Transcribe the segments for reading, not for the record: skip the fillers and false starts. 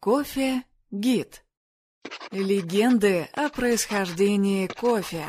Кофе-гид. Легенды о происхождении кофе.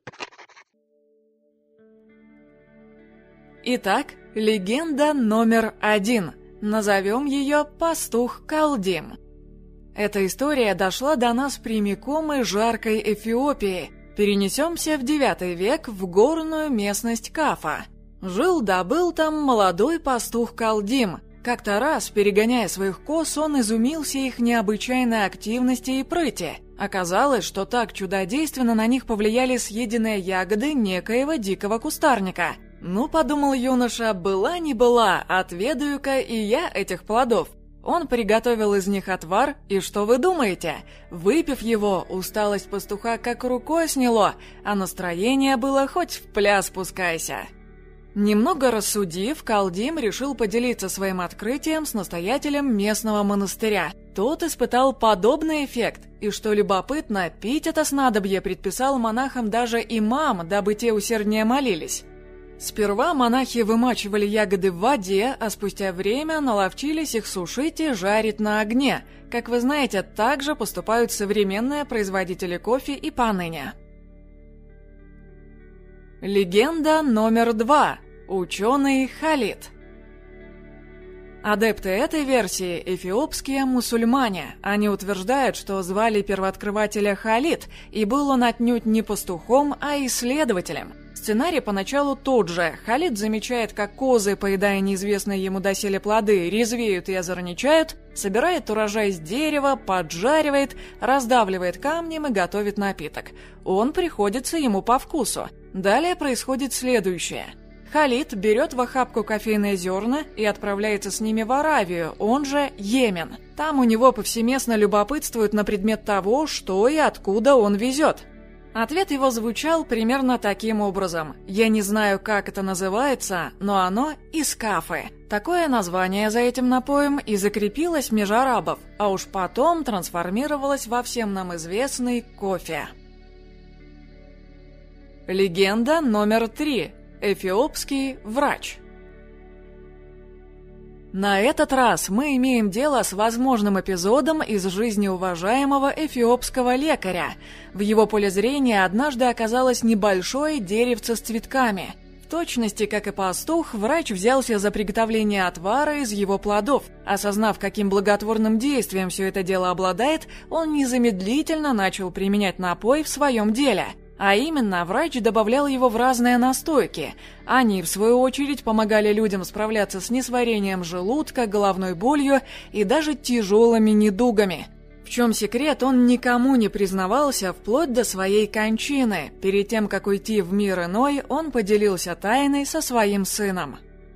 Итак, легенда номер 1. Назовем ее «Пастух Калдим». Эта история дошла до нас прямиком из жаркой Эфиопии. Перенесемся в IX век в горную местность Кафа. Жил-да был там молодой пастух Калдим. Как-то раз, перегоняя своих коз, он изумился их необычайной активности и прыти. Оказалось, что так чудодейственно на них повлияли съеденные ягоды некоего дикого кустарника. Ну, подумал юноша, была не была, отведаю-ка и я этих плодов. Он приготовил из них отвар, и что вы думаете? Выпив его, усталость пастуха как рукой сняло, а настроение было хоть в пляс спускайся. Немного рассудив, Калдим решил поделиться своим открытием с настоятелем местного монастыря. Тот испытал подобный эффект, и, что любопытно, пить это снадобье предписал монахам даже имам, дабы те усерднее молились. Сперва монахи вымачивали ягоды в воде, а спустя время наловчились их сушить и жарить на огне. Как вы знаете, так же поступают современные производители кофе и поныне. Легенда номер 2. Ученый Халид. Адепты этой версии – эфиопские мусульмане. Они утверждают, что звали первооткрывателя Халид, и был он отнюдь не пастухом, а исследователем. Сценарий поначалу тот же. Халид замечает, как козы, поедая неизвестные ему доселе плоды, резвеют и озорничают, собирает урожай с дерева, поджаривает, раздавливает камнем и готовит напиток. Он приходится ему по вкусу. Далее происходит следующее. Халид берет в охапку кофейные зерна и отправляется с ними в Аравию, он же Йемен. Там у него повсеместно любопытствуют на предмет того, что и откуда он везет. Ответ его звучал примерно таким образом. Я не знаю, как это называется, но оно из Кафы. Такое название за этим напоем и закрепилось меж арабов, а уж потом трансформировалось во всем нам известный кофе. Легенда номер 3. Эфиопский врач. На этот раз мы имеем дело с возможным эпизодом из жизни уважаемого эфиопского лекаря. В его поле зрения однажды оказалось небольшое деревце с цветками. В точности, как и пастух, врач взялся за приготовление отвара из его плодов. Осознав, каким благотворным действием все это дело обладает, он незамедлительно начал применять напой в своем деле. А именно, врач добавлял его в разные настойки. Они, в свою очередь, помогали людям справляться с несварением желудка, головной болью и даже тяжелыми недугами. В чем секрет, он никому не признавался вплоть до своей кончины. Перед тем, как уйти в мир иной, он поделился тайной со своим сыном.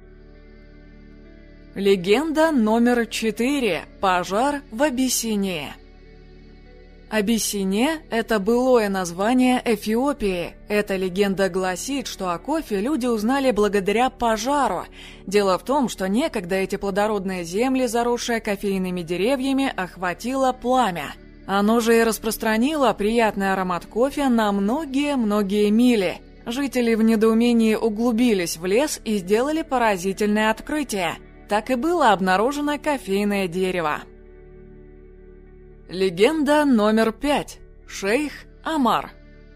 Легенда номер 4. Пожар в Абиссинии. Абиссиния – это былое название Эфиопии. Эта легенда гласит, что о кофе люди узнали благодаря пожару. Дело в том, что некогда эти плодородные земли, заросшие кофейными деревьями, охватило пламя. Оно же и распространило приятный аромат кофе на многие-многие мили. Жители в недоумении углубились в лес и сделали поразительное открытие. Так и было обнаружено кофейное дерево. Легенда номер 5. Шейх Омар.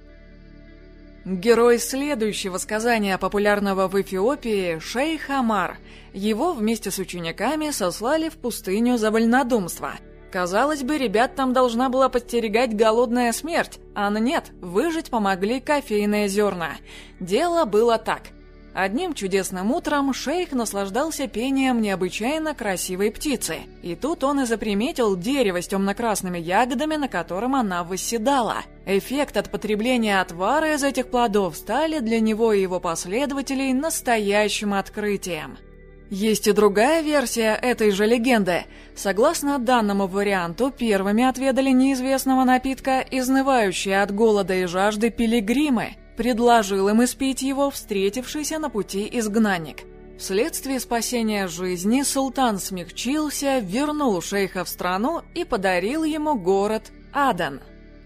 Герой следующего сказания, популярного в Эфиопии, шейх Омар. Его вместе с учениками сослали в пустыню за вольнодумство. Казалось бы, ребят там должна была подстерегать голодная смерть, а нет, выжить помогли кофейные зерна. Дело было так. Одним чудесным утром шейх наслаждался пением необычайно красивой птицы. И тут он и заприметил дерево с темно-красными ягодами, на котором она восседала. Эффект от потребления отвара из этих плодов стали для него и его последователей настоящим открытием. Есть и другая версия этой же легенды. Согласно данному варианту, первыми отведали неизвестного напитка изнывающие от голода и жажды пилигримы. Предложил им испить его встретившийся на пути изгнанник. Вследствие спасения жизни султан смягчился, вернул шейха в страну и подарил ему город Адан.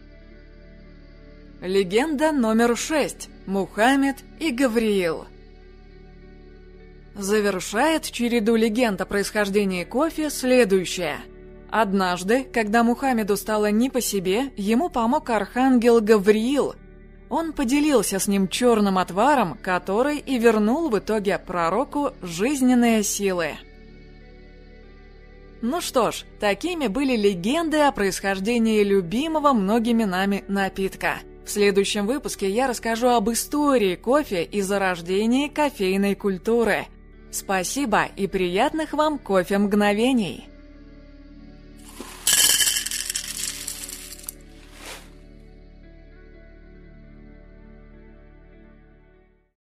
Легенда номер 6. Мухаммед и Гавриил. Завершает череду легенд о происхождении кофе следующее. Однажды, когда Мухаммеду стало не по себе, ему помог архангел Гавриил. Он поделился с ним черным отваром, который и вернул в итоге пророку жизненные силы. Ну что ж, такими были легенды о происхождении любимого многими нами напитка. В следующем выпуске я расскажу об истории кофе и зарождении кофейной культуры. Спасибо и приятных вам кофе-мгновений!